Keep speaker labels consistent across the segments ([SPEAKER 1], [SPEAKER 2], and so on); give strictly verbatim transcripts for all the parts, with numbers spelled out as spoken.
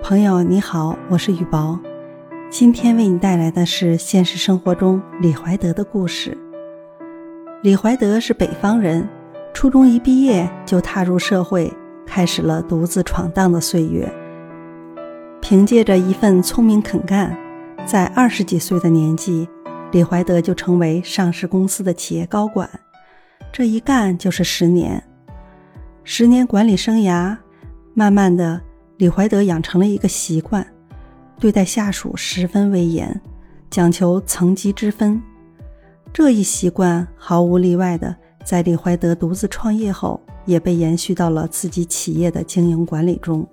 [SPEAKER 1] 朋友你好，我是雨薄，今天为你带来的是现实生活中李怀德的故事。李怀德是北方人，初中一毕业就踏入社会，开始了独自闯荡的岁月。凭借着一份聪明肯干，在二十几岁的年纪，李怀德就成为上市公司的企业高管，这一干就是十年。十年管理生涯，慢慢的李怀德养成了一个习惯，对待下属十分威严，讲求层级之分。这一习惯毫无例外的在李怀德独自创业后也被延续到了自己企业的经营管理中。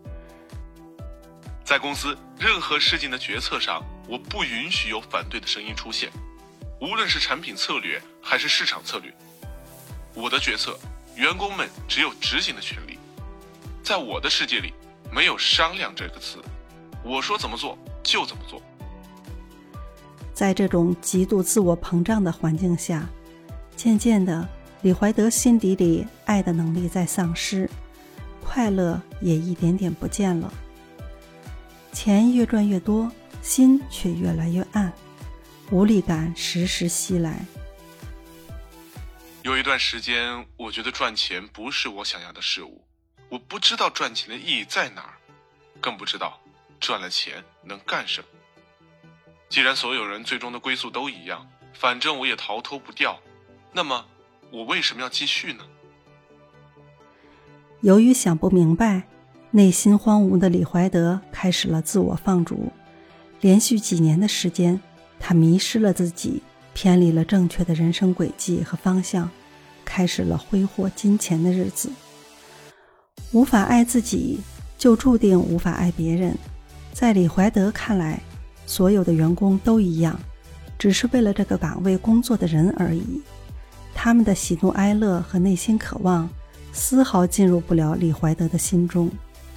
[SPEAKER 2] 在公司任何事情的决策上，我不允许有反对的声音出现，无论是产品策略还是市场策略，我的决策员工们只有执行的权利。在我的世界里没有商量这个词，我说怎么做就怎么做。
[SPEAKER 1] 在这种极度自我膨胀的环境下，渐渐的李怀德心底里爱的能力在丧失，快乐也一点点不见了。钱越赚越多，心却越来越暗，无力感时时袭来。
[SPEAKER 2] 有一段时间，我觉得赚钱不是我想要的事物，我不知道赚钱的意义在哪儿，更不知道赚了钱能干什么。既然所有人最终的归宿都一样，反正我也逃脱不掉，那么我为什么要继续呢？
[SPEAKER 1] 由于想不明白，内心荒芜的李怀德开始了自我放逐。连续几年的时间，他迷失了自己，偏离了正确的人生轨迹和方向，开始了挥霍金钱的日子。无法爱自己，就注定无法爱别人。在李怀德看来，所有的员工都一样，只是为了这个岗位工作的人而已。他们的喜怒哀乐和内心渴望，丝毫进入不了李怀德的心中。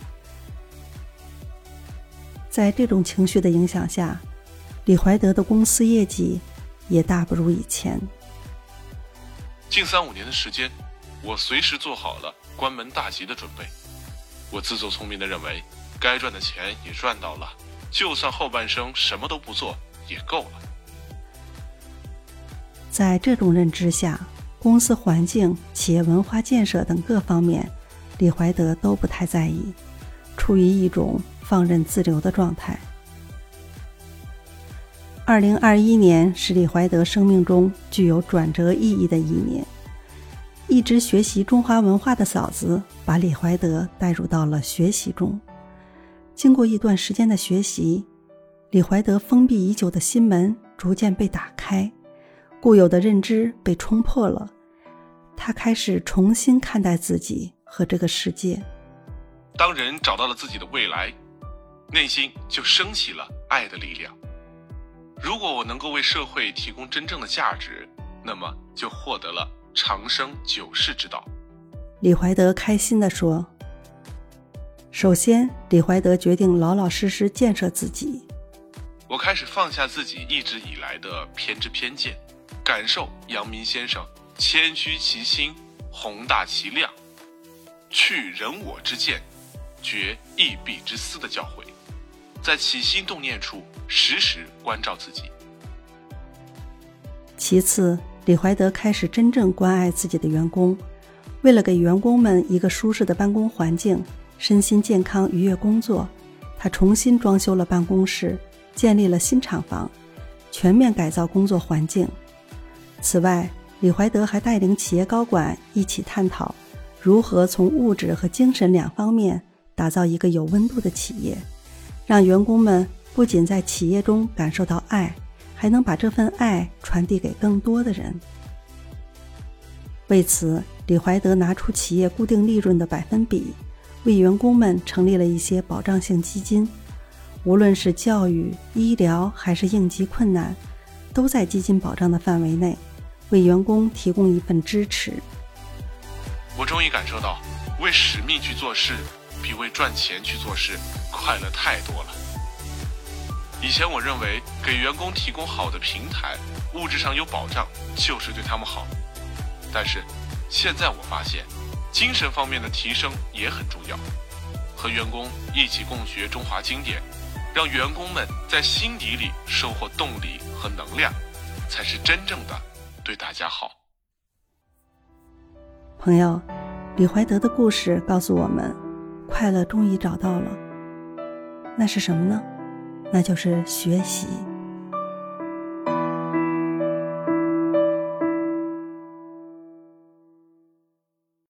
[SPEAKER 1] 在这种情绪的影响下，李怀德的公司业绩也大不如以前。
[SPEAKER 2] 近三五年的时间，我随时做好了关门大吉的准备。我自作聪明地认为，该赚的钱也赚到了，就算后半生什么都不做也够了。
[SPEAKER 1] 在这种认知下，公司环境、企业文化建设等各方面，李怀德都不太在意，处于一种放任自流的状态。二零二一年是李怀德生命中具有转折意义的一年。一直学习中华文化的嫂子把李怀德带入到了学习中。经过一段时间的学习，李怀德封闭已久的心门逐渐被打开，固有的认知被冲破了。他开始重新看待自己和这个世界。
[SPEAKER 2] 当人找到了自己的未来，内心就升起了爱的力量。如果我能够为社会提供真正的价值，那么就获得了长生久世之道。
[SPEAKER 1] 李怀德开心地说。首先，李怀德决定老老实实建设自己。
[SPEAKER 2] 我开始放下自己一直以来的偏执偏见，感受阳明先生谦虚其心，宏大其量，去人我之见，绝异弊之私的教诲，在起心动念处时时关照自己。
[SPEAKER 1] 其次，李怀德开始真正关爱自己的员工，为了给员工们一个舒适的办公环境，身心健康愉悦工作，他重新装修了办公室，建立了新厂房，全面改造工作环境。此外，李怀德还带领企业高管一起探讨如何从物质和精神两方面打造一个有温度的企业，让员工们不仅在企业中感受到爱，还能把这份爱传递给更多的人。为此，李怀德拿出企业固定利润的百分比，为员工们成立了一些保障性基金，无论是教育、医疗还是应急困难，都在基金保障的范围内，为员工提供一份支持。
[SPEAKER 2] 我终于感受到，为使命去做事，比为赚钱去做事快乐太多了。以前我认为给员工提供好的平台，物质上有保障，就是对他们好。但是现在我发现，精神方面的提升也很重要。 和员工一起共学中华经典，让员工们在心底里收获动力和能量，才是真正的对大家好。
[SPEAKER 1] 朋友，李怀德的故事告诉我们，快乐终于找到了，那是什么呢？那就是学习。